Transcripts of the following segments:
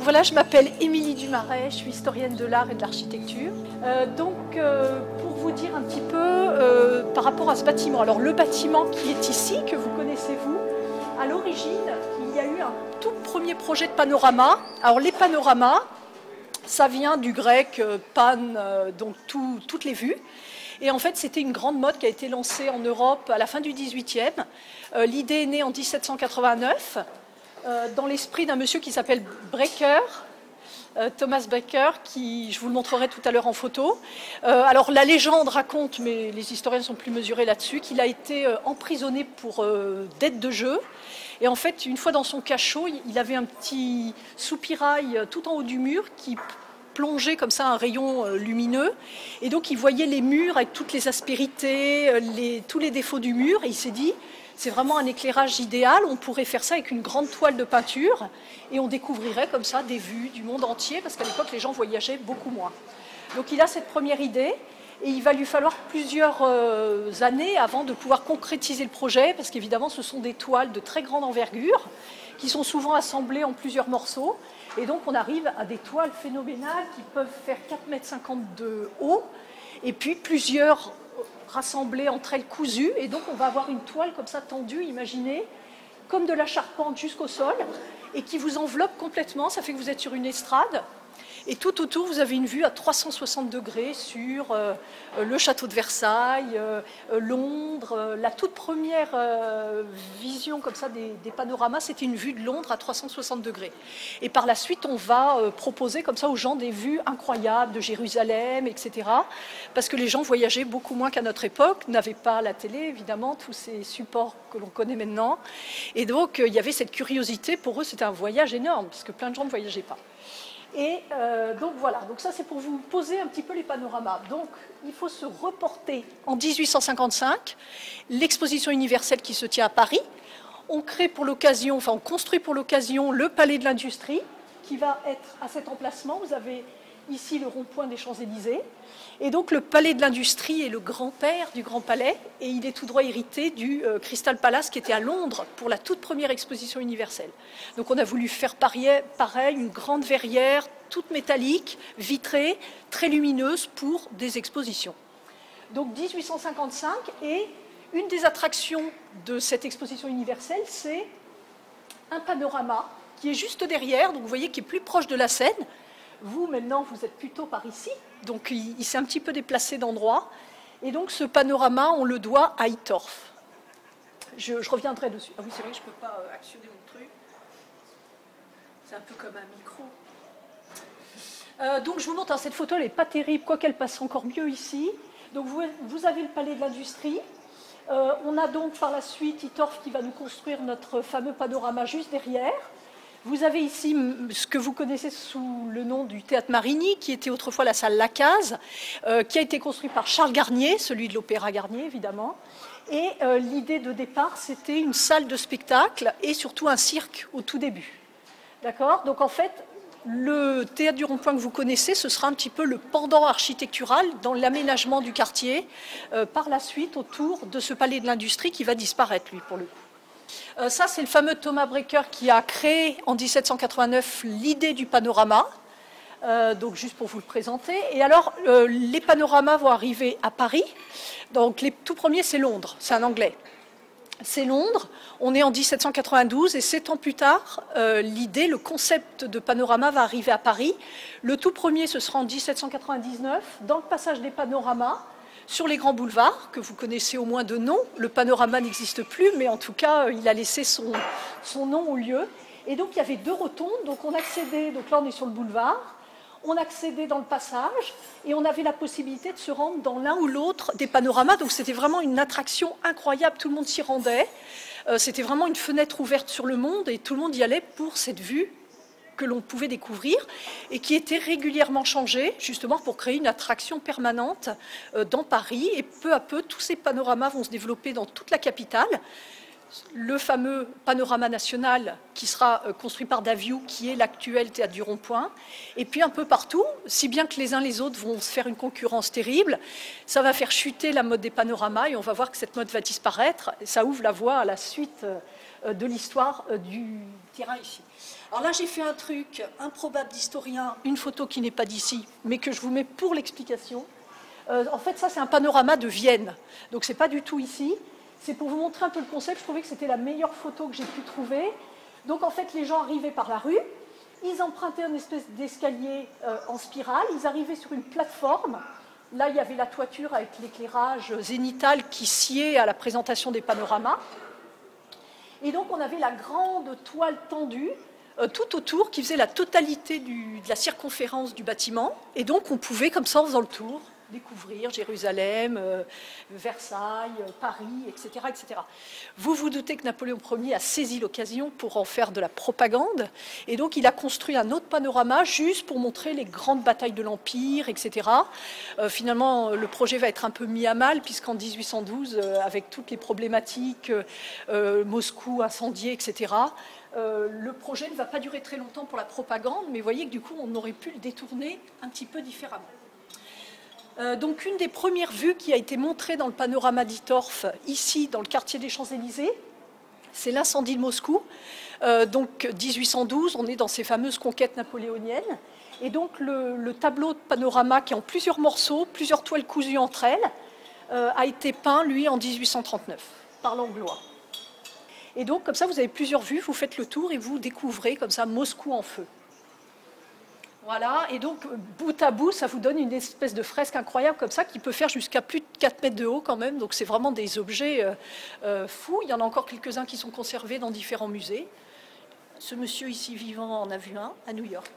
Donc voilà, je m'appelle Émilie Dumaret, je suis historienne de l'art et de l'architecture. Pour vous dire un petit peu par rapport à ce bâtiment. Alors le bâtiment qui est ici, que vous connaissez vous, à l'origine, il y a eu un tout premier projet de panorama. Alors les panoramas, ça vient du grec pan, donc toutes les vues. Et en fait, c'était une grande mode qui a été lancée en Europe à la fin du XVIIIe. L'idée est née en 1789, dans l'esprit d'un monsieur qui s'appelle Breker, Thomas Breker, qui je vous le montrerai tout à l'heure en photo. Alors la légende raconte, mais les historiens sont plus mesurés là-dessus, qu'il a été emprisonné pour dette de jeu. Et en fait, une fois dans son cachot, il avait un petit soupirail tout en haut du mur qui plongeait comme ça un rayon lumineux. Et donc, il voyait les murs avec toutes les aspérités, tous les défauts du mur. Et il s'est dit, c'est vraiment un éclairage idéal. On pourrait faire ça avec une grande toile de peinture. Et on découvrirait comme ça des vues du monde entier. Parce qu'à l'époque, les gens voyageaient beaucoup moins. Donc, il a cette première idée. Et il va lui falloir plusieurs années avant de pouvoir concrétiser le projet, parce qu'évidemment, ce sont des toiles de très grande envergure, qui sont souvent assemblées en plusieurs morceaux. Et donc, on arrive à des toiles phénoménales qui peuvent faire 4,50 m de haut, et puis plusieurs rassemblées entre elles cousues. Et donc, on va avoir une toile comme ça tendue, imaginez, comme de la charpente jusqu'au sol, et qui vous enveloppe complètement. Ça fait que vous êtes sur une estrade. Et tout autour, vous avez une vue à 360 degrés sur le château de Versailles, Londres. La toute première vision comme ça des panoramas, c'était une vue de Londres à 360 degrés. Et par la suite, on va proposer comme ça aux gens des vues incroyables de Jérusalem, etc. Parce que les gens voyageaient beaucoup moins qu'à notre époque, n'avaient pas la télé, évidemment, tous ces supports que l'on connaît maintenant. Et donc, il y avait cette curiosité. Pour eux, c'était un voyage énorme, parce que plein de gens ne voyageaient pas. Et donc voilà, donc ça c'est pour vous poser un petit peu les panoramas. Donc il faut se reporter en 1855, l'exposition universelle qui se tient à Paris. On crée pour l'occasion, enfin on construit pour l'occasion le Palais de l'Industrie qui va être à cet emplacement. Vous avez ici le rond-point des Champs-Élysées. Et donc le Palais de l'Industrie est le grand-père du Grand Palais et il est tout droit hérité du Crystal Palace qui était à Londres pour la toute première exposition universelle. Donc on a voulu faire pareil, une grande verrière toute métallique, vitrée, très lumineuse pour des expositions. Donc 1855 et une des attractions de cette exposition universelle, c'est un panorama qui est juste derrière, donc vous voyez qui est plus proche de la Seine. Vous, maintenant, vous êtes plutôt par ici, donc il s'est un petit peu déplacé d'endroit. Et donc, ce panorama, on le doit à Hittorf. Je reviendrai dessus. Ah oui, c'est vrai que je ne peux pas actionner mon truc. C'est un peu comme un micro. Donc, je vous montre, cette photo, elle n'est pas terrible, quoiqu'elle passe encore mieux ici. Donc, vous avez le Palais de l'Industrie. On a donc, par la suite, Hittorf qui va nous construire notre fameux panorama juste derrière. Vous avez ici ce que vous connaissez sous le nom du Théâtre Marigny, qui était autrefois la salle Lacaze, qui a été construit par Charles Garnier, celui de l'Opéra Garnier, évidemment. Et l'idée de départ, c'était une salle de spectacle et surtout un cirque au tout début. D'accord ? Donc en fait, le Théâtre du Rond-Point que vous connaissez, ce sera un petit peu le pendant architectural dans l'aménagement du quartier, par la suite autour de ce Palais de l'Industrie qui va disparaître, lui, pour le coup. Ça, c'est le fameux Thomas Breker qui a créé en 1789 l'idée du panorama, donc juste pour vous le présenter. Et alors, les panoramas vont arriver à Paris. Donc, les tout premiers, c'est Londres, c'est un anglais. C'est Londres, on est en 1792 et 7 ans plus tard, l'idée, le concept de panorama va arriver à Paris. Le tout premier, ce sera en 1799, dans le passage des panoramas, sur les grands boulevards, que vous connaissez au moins de nom. Le panorama n'existe plus, mais en tout cas, il a laissé son nom au lieu. Et donc, il y avait 2 rotondes. Donc, on accédait, donc là, on est sur le boulevard. On accédait dans le passage et on avait la possibilité de se rendre dans l'un ou l'autre des panoramas. Donc, c'était vraiment une attraction incroyable. Tout le monde s'y rendait. C'était vraiment une fenêtre ouverte sur le monde et tout le monde y allait pour cette vue que l'on pouvait découvrir et qui était régulièrement changée justement pour créer une attraction permanente dans Paris. Et peu à peu, tous ces panoramas vont se développer dans toute la capitale. Le fameux panorama national qui sera construit par Daviou, qui est l'actuel Théâtre du Rond-Point, et puis un peu partout, si bien que les uns les autres vont se faire une concurrence terrible. Ça va faire chuter la mode des panoramas et on va voir que cette mode va disparaître. Ça ouvre la voie à la suite de l'histoire du terrain ici. Alors là, j'ai fait un truc improbable d'historien, une photo qui n'est pas d'ici, mais que je vous mets pour l'explication. En fait, ça, c'est un panorama de Vienne. Donc, ce n'est pas du tout ici. C'est pour vous montrer un peu le concept. Je trouvais que c'était la meilleure photo que j'ai pu trouver. Donc, en fait, les gens arrivaient par la rue. Ils empruntaient une espèce d'escalier en spirale. Ils arrivaient sur une plateforme. Là, il y avait la toiture avec l'éclairage zénital qui sciait à la présentation des panoramas. Et donc, on avait la grande toile tendue tout autour qui faisait la totalité de la circonférence du bâtiment. Et donc, on pouvait, comme ça, en faisant le tour, découvrir Jérusalem, Versailles, Paris, etc., etc. Vous vous doutez que Napoléon Ier a saisi l'occasion pour en faire de la propagande, et donc il a construit un autre panorama juste pour montrer les grandes batailles de l'Empire, etc. Finalement, le projet va être un peu mis à mal, puisqu'en 1812, avec toutes les problématiques, Moscou incendié, etc., le projet ne va pas durer très longtemps pour la propagande, mais vous voyez que du coup, on aurait pu le détourner un petit peu différemment. Donc une des premières vues qui a été montrée dans le panorama d'Ittorf, ici dans le quartier des Champs-Élysées, c'est l'incendie de Moscou. Donc 1812, on est dans ces fameuses conquêtes napoléoniennes. Et donc le tableau de panorama qui est en plusieurs morceaux, plusieurs toiles cousues entre elles, a été peint, lui, en 1839, par Langlois. Et donc comme ça, vous avez plusieurs vues, vous faites le tour et vous découvrez comme ça Moscou en feu. Voilà, et donc bout à bout, ça vous donne une espèce de fresque incroyable comme ça qui peut faire jusqu'à plus de 4 mètres de haut quand même. Donc c'est vraiment des objets fous. Il y en a encore quelques-uns qui sont conservés dans différents musées. Ce monsieur ici vivant en a vu un à New York.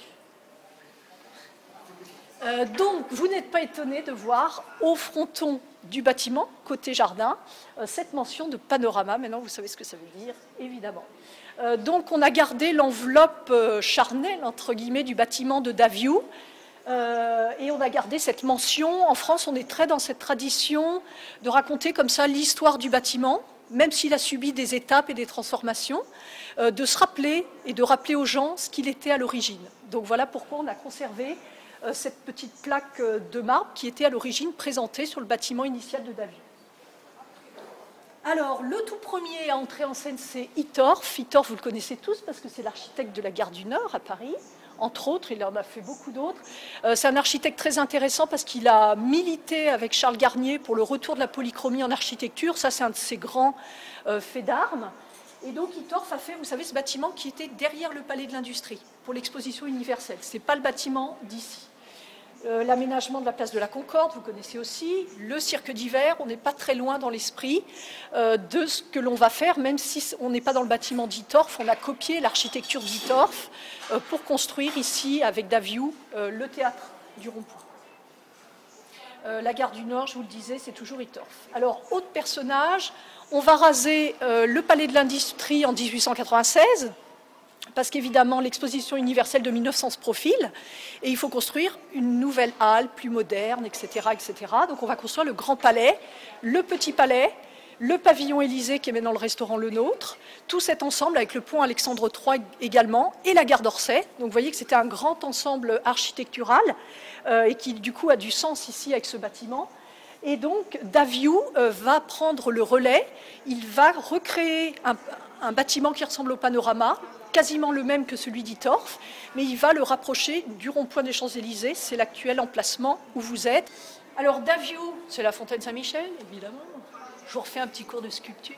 Donc vous n'êtes pas étonné de voir au fronton du bâtiment, côté jardin, cette mention de panorama. Maintenant vous savez ce que ça veut dire, évidemment. Donc on a gardé l'enveloppe charnelle, entre guillemets, du bâtiment de Daviou, et on a gardé cette mention. En France, on est très dans cette tradition de raconter comme ça l'histoire du bâtiment, même s'il a subi des étapes et des transformations, de se rappeler et de rappeler aux gens ce qu'il était à l'origine. Donc voilà pourquoi on a conservé cette petite plaque de marbre qui était à l'origine présentée sur le bâtiment initial de Daviou. Alors, le tout premier à entrer en scène, c'est Ittorf. Ittorf, vous le connaissez tous parce que c'est l'architecte de la gare du Nord à Paris. Entre autres, il en a fait beaucoup d'autres. C'est un architecte très intéressant parce qu'il a milité avec Charles Garnier pour le retour de la polychromie en architecture. Ça, c'est un de ses grands faits d'armes. Et donc, Ittorf a fait, vous savez, ce bâtiment qui était derrière le Palais de l'Industrie pour l'exposition universelle. Ce n'est pas le bâtiment d'ici. L'aménagement de la place de la Concorde, vous connaissez aussi, le cirque d'hiver, on n'est pas très loin dans l'esprit de ce que l'on va faire, même si on n'est pas dans le bâtiment d'Ittorf, on a copié l'architecture d'Ittorf pour construire ici, avec Daviou, le théâtre du Rond-Point. La gare du Nord, je vous le disais, c'est toujours Ittorf. Alors, autre personnage, on va raser le Palais de l'Industrie en 1896, parce qu'évidemment, l'exposition universelle de 1900 se profile, et il faut construire une nouvelle halle plus moderne, etc., etc. Donc on va construire le Grand Palais, le Petit Palais, le pavillon Élysée qui est maintenant le restaurant Le Nôtre, tout cet ensemble avec le pont Alexandre III également, et la gare d'Orsay. Donc vous voyez que c'était un grand ensemble architectural, et qui du coup a du sens ici avec ce bâtiment. Et donc Daviou va prendre le relais, il va recréer un bâtiment qui ressemble au panorama, quasiment le même que celui d'Ittorf, mais il va le rapprocher du rond-point des Champs-Élysées, c'est l'actuel emplacement où vous êtes. Alors Daviou, c'est la fontaine Saint-Michel, évidemment. Je vous refais un petit cours de sculpture.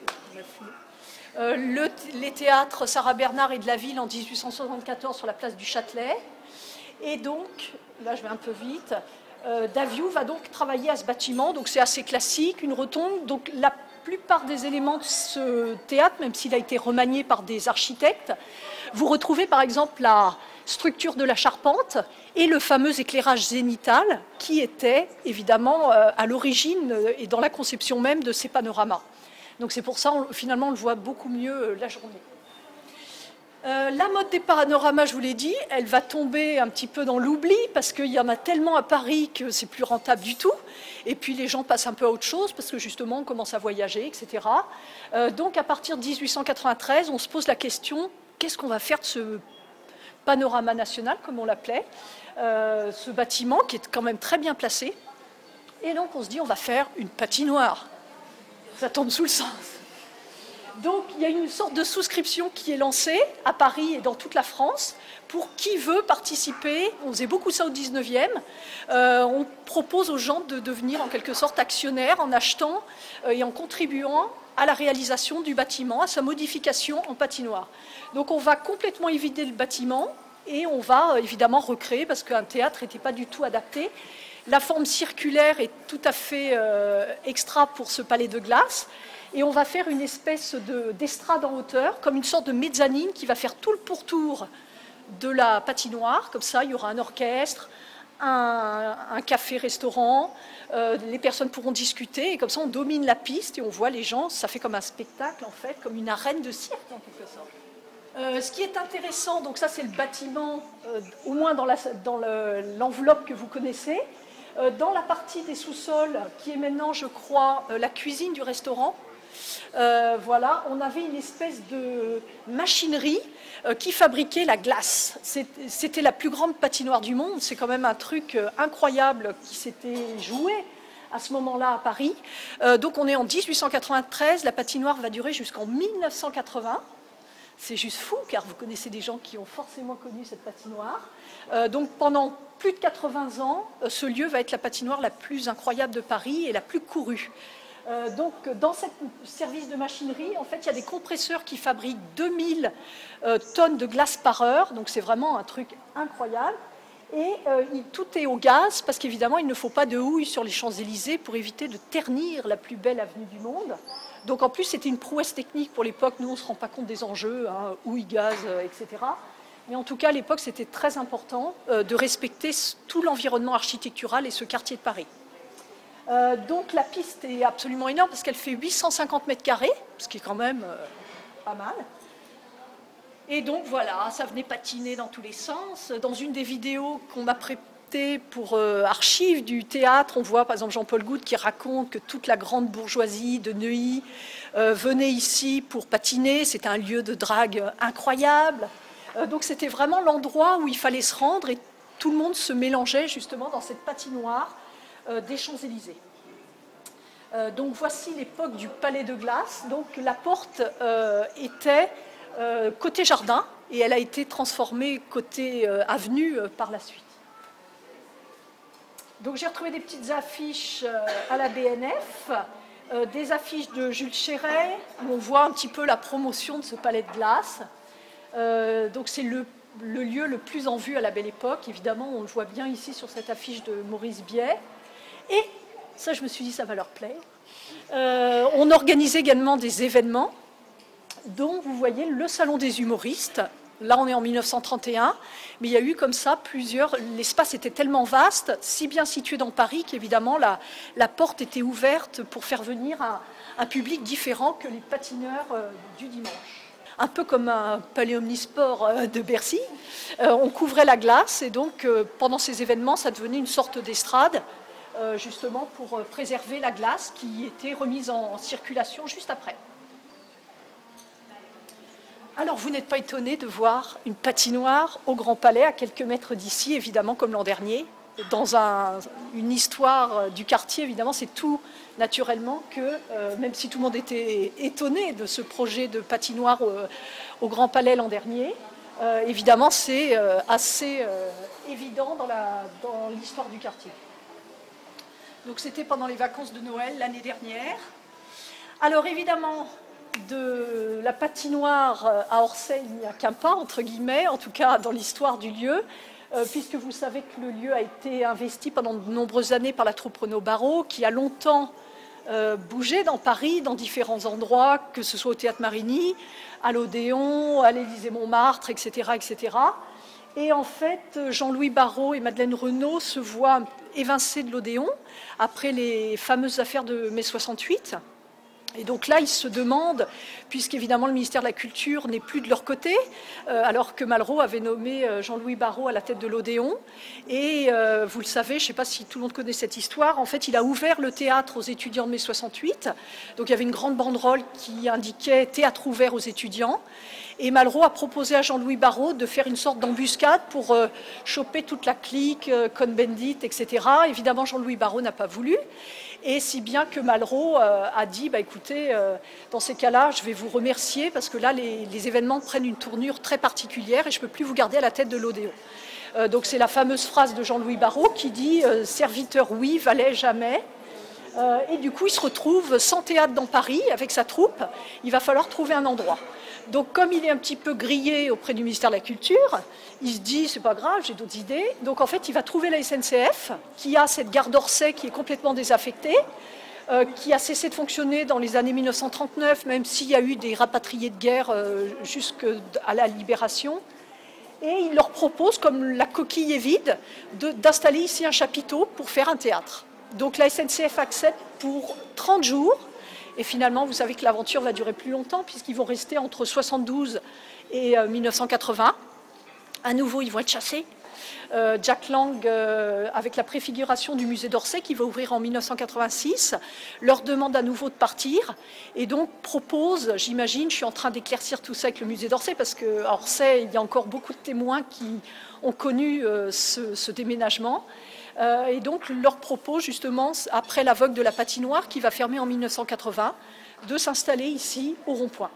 Les théâtres Sarah Bernard et de la Ville en 1874 sur la place du Châtelet. Et donc, là je vais un peu vite, Daviou va donc travailler à ce bâtiment, donc c'est assez classique, une rotonde, donc la plupart des éléments de ce théâtre, même s'il a été remanié par des architectes, vous retrouvez par exemple la structure de la charpente et le fameux éclairage zénital qui était évidemment à l'origine et dans la conception même de ces panoramas. Donc c'est pour ça, finalement, on le voit beaucoup mieux la journée. La mode des panoramas, je vous l'ai dit, elle va tomber un petit peu dans l'oubli parce qu'il y en a tellement à Paris que c'est plus rentable du tout. Et puis les gens passent un peu à autre chose parce que justement on commence à voyager, etc. Donc à partir de 1893, on se pose la question, qu'est-ce qu'on va faire de ce panorama national, comme on l'appelait, ce bâtiment qui est quand même très bien placé. Et donc on se dit, on va faire une patinoire. Ça tombe sous le sens. Donc il y a une sorte de souscription qui est lancée à Paris et dans toute la France pour qui veut participer. On faisait beaucoup ça au 19e. On propose aux gens de devenir en quelque sorte actionnaires en achetant et en contribuant à la réalisation du bâtiment, à sa modification en patinoire. Donc on va complètement évider le bâtiment et on va évidemment recréer, parce qu'un théâtre n'était pas du tout adapté. La forme circulaire est tout à fait extra pour ce palais de glace. Et on va faire une espèce d'estrade en hauteur, comme une sorte de mezzanine qui va faire tout le pourtour de la patinoire. Comme ça, il y aura un orchestre, un café-restaurant, les personnes pourront discuter. Et comme ça, on domine la piste et on voit les gens. Ça fait comme un spectacle, en fait, comme une arène de cirque, en quelque sorte. Ce qui est intéressant, donc ça, c'est le bâtiment, au moins dans l'enveloppe que vous connaissez. Dans la partie des sous-sols, qui est maintenant, je crois, la cuisine du restaurant, voilà, on avait une espèce de machinerie qui fabriquait la glace. C'était la plus grande patinoire du monde. C'est quand même un truc incroyable qui s'était joué à ce moment-là à Paris. Donc on est en 1893, la patinoire va durer jusqu'en 1980. C'est juste fou, car vous connaissez des gens qui ont forcément connu cette patinoire. Donc pendant plus de 80 ans, ce lieu va être la patinoire la plus incroyable de Paris et la plus courue. Donc dans ce service de machinerie, en fait, il y a des compresseurs qui fabriquent 2000 tonnes de glace par heure. Donc c'est vraiment un truc incroyable. Et tout est au gaz, parce qu'évidemment, il ne faut pas de houille sur les Champs-Élysées pour éviter de ternir la plus belle avenue du monde. Donc en plus, c'était une prouesse technique pour l'époque. Nous, on ne se rend pas compte des enjeux, hein, houille, gaz, etc. Mais en tout cas, à l'époque, c'était très important de respecter tout l'environnement architectural et ce quartier de Paris. Donc la piste est absolument énorme parce qu'elle fait 850 mètres carrés, ce qui est quand même pas mal. Et donc voilà, ça venait patiner dans tous les sens. Dans une des vidéos qu'on m'a prêtées pour archives du théâtre, on voit par exemple Jean-Paul Goude qui raconte que toute la grande bourgeoisie de Neuilly venait ici pour patiner. C'était un lieu de drague incroyable. Donc c'était vraiment l'endroit où il fallait se rendre et tout le monde se mélangeait justement dans cette patinoire des Champs-Élysées. Donc voici l'époque du Palais de Glace. Donc la porte était côté jardin et elle a été transformée côté avenue par la suite. Donc j'ai retrouvé des petites affiches à la BNF, des affiches de Jules Chéret où on voit un petit peu la promotion de ce Palais de Glace. Donc c'est le lieu le plus en vue à la Belle Époque. Évidemment, on le voit bien ici sur cette affiche de Maurice Biais. Et ça, je me suis dit, ça va leur plaire. On organisait également des événements, dont vous voyez le Salon des humoristes. Là, on est en 1931, mais il y a eu comme ça plusieurs. L'espace était tellement vaste, si bien situé dans Paris, qu'évidemment, la porte était ouverte pour faire venir un public différent que les patineurs du dimanche. Un peu comme un palais omnisport de Bercy. On couvrait la glace et donc, pendant ces événements, ça devenait une sorte d'estrade, justement pour préserver la glace qui était remise en circulation juste après. Alors, vous n'êtes pas étonné de voir une patinoire au Grand Palais, à quelques mètres d'ici, évidemment, comme l'an dernier. Dans une histoire du quartier, évidemment, c'est tout naturellement que, même si tout le monde était étonné de ce projet de patinoire au Grand Palais l'an dernier, évidemment, c'est assez évident dans l'histoire du quartier. Donc, c'était pendant les vacances de Noël l'année dernière. Alors, évidemment, de la patinoire à Orsay, il n'y a qu'un pas, entre guillemets, en tout cas dans l'histoire du lieu, puisque vous savez que le lieu a été investi pendant de nombreuses années par la troupe Renaud-Barrault, qui a longtemps bougé dans Paris, dans différents endroits, que ce soit au Théâtre Marigny, à l'Odéon, à l'Élysée-Montmartre, etc., etc. Et en fait, Jean-Louis Barrault et Madeleine Renaud se voient évincés de l'Odéon après les fameuses affaires de mai 68. Et donc là, ils se demandent, puisqu'évidemment le ministère de la Culture n'est plus de leur côté, alors que Malraux avait nommé Jean-Louis Barrault à la tête de l'Odéon. Et vous le savez, je ne sais pas si tout le monde connaît cette histoire, en fait, il a ouvert le théâtre aux étudiants de mai 68. Donc il y avait une grande banderole qui indiquait « théâtre ouvert aux étudiants ». Et Malraux a proposé à Jean-Louis Barrault de faire une sorte d'embuscade pour choper toute la clique, Cohn-Bendit, etc. Évidemment, Jean-Louis Barrault n'a pas voulu. Et si bien que Malraux a dit, écoutez, dans ces cas-là, je vais vous remercier parce que là, les événements prennent une tournure très particulière et je ne peux plus vous garder à la tête de l'Odéon. Donc c'est la fameuse phrase de Jean-Louis Barrault qui dit « Serviteur, oui, valet, jamais ». Et du coup, il se retrouve sans théâtre dans Paris avec sa troupe. Il va falloir trouver un endroit. Donc, comme il est un petit peu grillé auprès du ministère de la Culture, il se dit, c'est pas grave, j'ai d'autres idées. Donc, en fait, il va trouver la SNCF, qui a cette gare d'Orsay qui est complètement désaffectée, qui a cessé de fonctionner dans les années 1939, même s'il y a eu des rapatriés de guerre jusqu'à la Libération. Et il leur propose, comme la coquille est vide, d'installer ici un chapiteau pour faire un théâtre. Donc la SNCF accepte pour 30 jours. Et finalement, vous savez que l'aventure va durer plus longtemps puisqu'ils vont rester entre 72 et 1980. À nouveau, ils vont être chassés. Jack Lang, avec la préfiguration du musée d'Orsay qui va ouvrir en 1986, leur demande à nouveau de partir et donc propose, j'imagine, je suis en train d'éclaircir tout ça avec le musée d'Orsay parce qu'à Orsay, il y a encore beaucoup de témoins qui ont connu ce déménagement. Et donc leur propose justement, après la vogue de la patinoire qui va fermer en 1980, de s'installer ici au rond-point.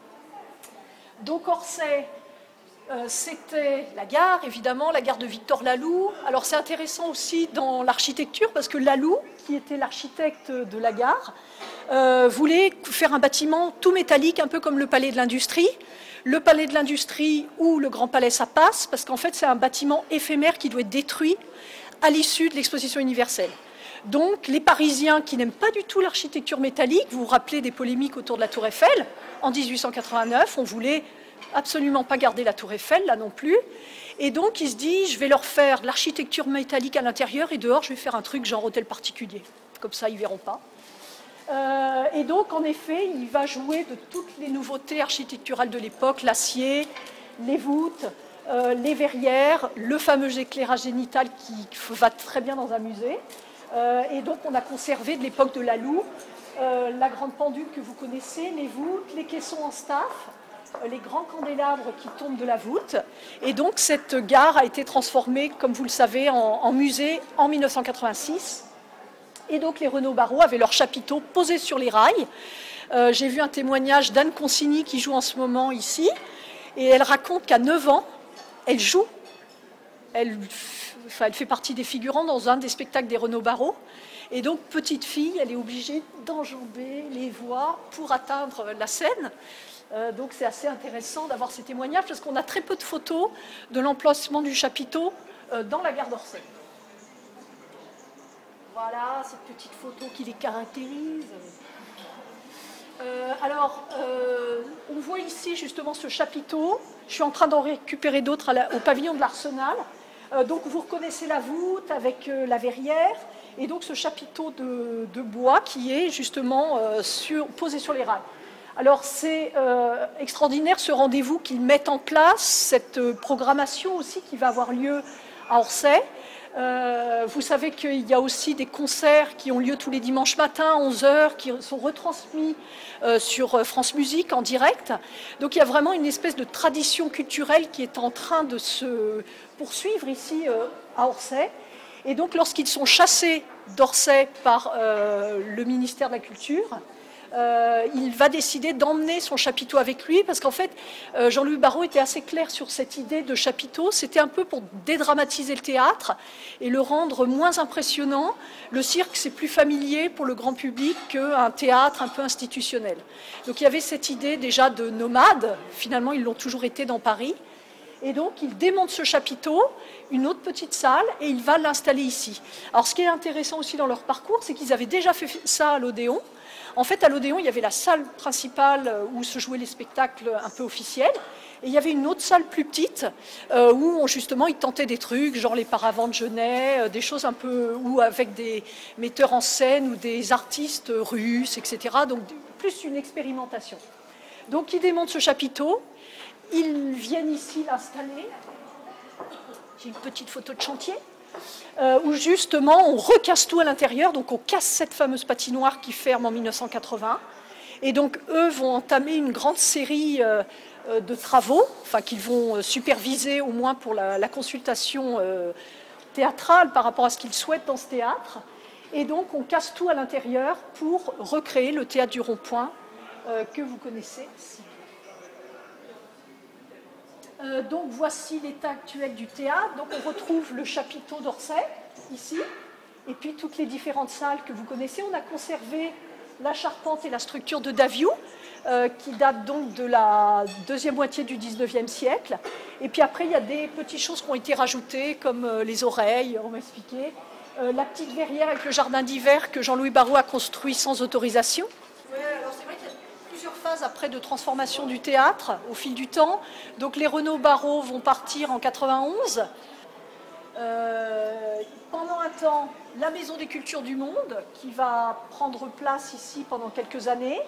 Donc Orsay, c'était la gare, évidemment, la gare de Victor Laloux. Alors c'est intéressant aussi dans l'architecture parce que Laloux, qui était l'architecte de la gare, voulait faire un bâtiment tout métallique, un peu comme le Palais de l'Industrie. Le Palais de l'Industrie ou le Grand Palais, ça passe parce qu'en fait c'est un bâtiment éphémère qui doit être détruit à l'issue de l'exposition universelle. Donc les Parisiens qui n'aiment pas du tout l'architecture métallique, vous vous rappelez des polémiques autour de la Tour Eiffel, en 1889, on voulait absolument pas garder la Tour Eiffel, là non plus, et donc il se dit, je vais leur faire de l'architecture métallique à l'intérieur et dehors je vais faire un truc genre hôtel particulier, comme ça ils ne verront pas. Et donc en effet, il va jouer de toutes les nouveautés architecturales de l'époque, l'acier, les voûtes, les verrières, le fameux éclairage zénital qui va très bien dans un musée. Et donc on a conservé de l'époque de Laloux la grande pendule que vous connaissez, les voûtes, les caissons en staff, les grands candélabres qui tombent de la voûte. Et donc cette gare a été transformée, comme vous le savez, en musée en 1986. Et donc les Renaud-Barrault avaient leur chapiteau posé sur les rails. J'ai vu un témoignage d'Anne Consigny qui joue en ce moment ici. Et elle raconte qu'à 9 ans, elle joue, elle fait partie des figurants dans un des spectacles des Renaud-Barrault. Et donc, petite fille, elle est obligée d'enjamber les voies pour atteindre la scène. Donc, c'est assez intéressant d'avoir ces témoignages parce qu'on a très peu de photos de l'emplacement du chapiteau dans la gare d'Orsay. Voilà, cette petite photo qui les caractérise. On voit ici justement ce chapiteau. Je suis en train d'en récupérer d'autres au pavillon de l'Arsenal. Donc vous reconnaissez la voûte avec la verrière et donc ce chapiteau de bois qui est justement posé sur les rails. Alors c'est extraordinaire ce rendez-vous qu'ils mettent en place, cette programmation aussi qui va avoir lieu à Orsay. Vous savez qu'il y a aussi des concerts qui ont lieu tous les dimanches matins à 11h, qui sont retransmis sur France Musique en direct. Donc il y a vraiment une espèce de tradition culturelle qui est en train de se poursuivre ici à Orsay. Et donc lorsqu'ils sont chassés d'Orsay par le ministère de la Culture, il va décider d'emmener son chapiteau avec lui parce qu'en fait Jean-Louis Barrault était assez clair sur cette idée de chapiteau. C'était un peu pour dédramatiser le théâtre et le rendre moins impressionnant. Le cirque, c'est plus familier pour le grand public qu'un théâtre un peu institutionnel. Donc il y avait cette idée déjà de nomade. Finalement, ils l'ont toujours été dans Paris. Et donc, il démonte ce chapiteau, une autre petite salle, et il va l'installer ici. Alors, ce qui est intéressant aussi dans leur parcours, c'est qu'ils avaient déjà fait ça à l'Odéon. En fait, à l'Odéon, il y avait la salle principale où se jouaient les spectacles un peu officiels. Et il y avait une autre salle plus petite où, justement, ils tentaient des trucs, genre les paravents de Genet, des choses un peu... ou avec des metteurs en scène ou des artistes russes, etc. Donc, plus une expérimentation. Donc, ils démontent ce chapiteau. Ils viennent ici l'installer. J'ai une petite photo de chantier. Où justement on recasse tout à l'intérieur, donc on casse cette fameuse patinoire qui ferme en 1980. Et donc eux vont entamer une grande série de travaux, enfin qu'ils vont superviser au moins pour la consultation théâtrale par rapport à ce qu'ils souhaitent dans ce théâtre. Et donc on casse tout à l'intérieur pour recréer le théâtre du Rond-Point que vous connaissez ici. Donc voici l'état actuel du théâtre. Donc on retrouve le chapiteau d'Orsay ici, et puis toutes les différentes salles que vous connaissez. On a conservé la charpente et la structure de Daviou, qui date donc de la deuxième moitié du 19e siècle. Et puis après, il y a des petites choses qui ont été rajoutées, comme les oreilles, on m'a expliqué, la petite verrière avec le jardin d'hiver que Jean-Louis Barrault a construit sans autorisation. Ouais, alors c'est vrai qu'il y a plusieurs phases après de transformation du théâtre au fil du temps. Donc les Renaud Barrault vont partir en 91. Pendant un temps, la Maison des Cultures du Monde, qui va prendre place ici pendant quelques années.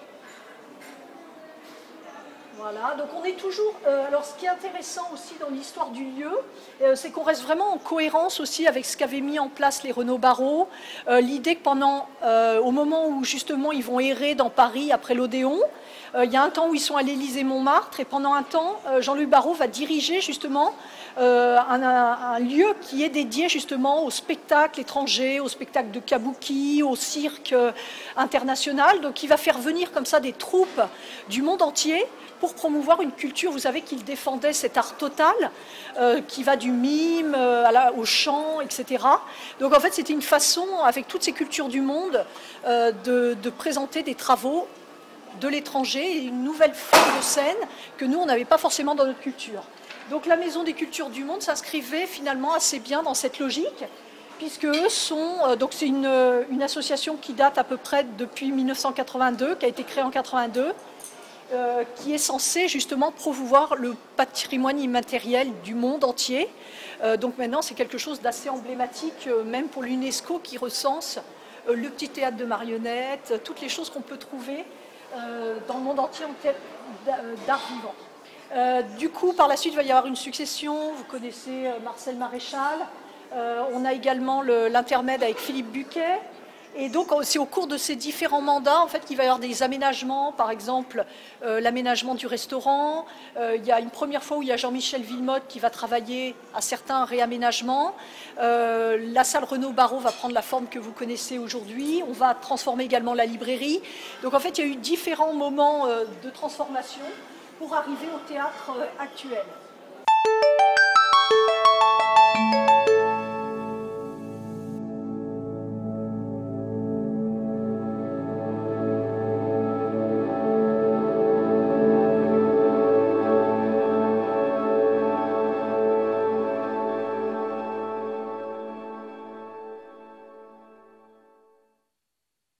Voilà, donc on est toujours... alors ce qui est intéressant aussi dans l'histoire du lieu, c'est qu'on reste vraiment en cohérence aussi avec ce qu'avaient mis en place les Renaud Barrault. L'idée que au moment où justement ils vont errer dans Paris après l'Odéon, il y a un temps où ils sont à l'Élysée-Montmartre, et pendant un temps, Jean-Louis Barrault va diriger justement un lieu qui est dédié justement au spectacle étranger, au spectacle de kabuki, au cirque international. Donc il va faire venir comme ça des troupes du monde entier pour promouvoir une culture. Vous savez qu'il défendait cet art total qui va du mime au chant, etc. Donc en fait c'était une façon, avec toutes ces cultures du monde, de présenter des travaux de l'étranger et une nouvelle forme de scène que nous on n'avait pas forcément dans notre culture. Donc la Maison des Cultures du Monde s'inscrivait finalement assez bien dans cette logique, puisque eux sont... donc c'est une association qui date à peu près depuis 1982, qui a été créée en 82, qui est censée justement promouvoir le patrimoine immatériel du monde entier. Donc maintenant c'est quelque chose d'assez emblématique, même pour l'UNESCO, qui recense le petit théâtre de marionnettes, toutes les choses qu'on peut trouver dans le monde entier en termes d'art vivant. Du coup, par la suite, il va y avoir une succession. Vous connaissez Marcel Maréchal. On a également l'intermède avec Philippe Buquet. Et donc, c'est au cours de ces différents mandats en fait, qu'il va y avoir des aménagements. Par exemple, l'aménagement du restaurant. Il y a une première fois où il y a Jean-Michel Villemotte qui va travailler à certains réaménagements. La salle Renaud Barrault va prendre la forme que vous connaissez aujourd'hui. On va transformer également la librairie. Donc, en fait, il y a eu différents moments de transformation pour arriver au théâtre actuel.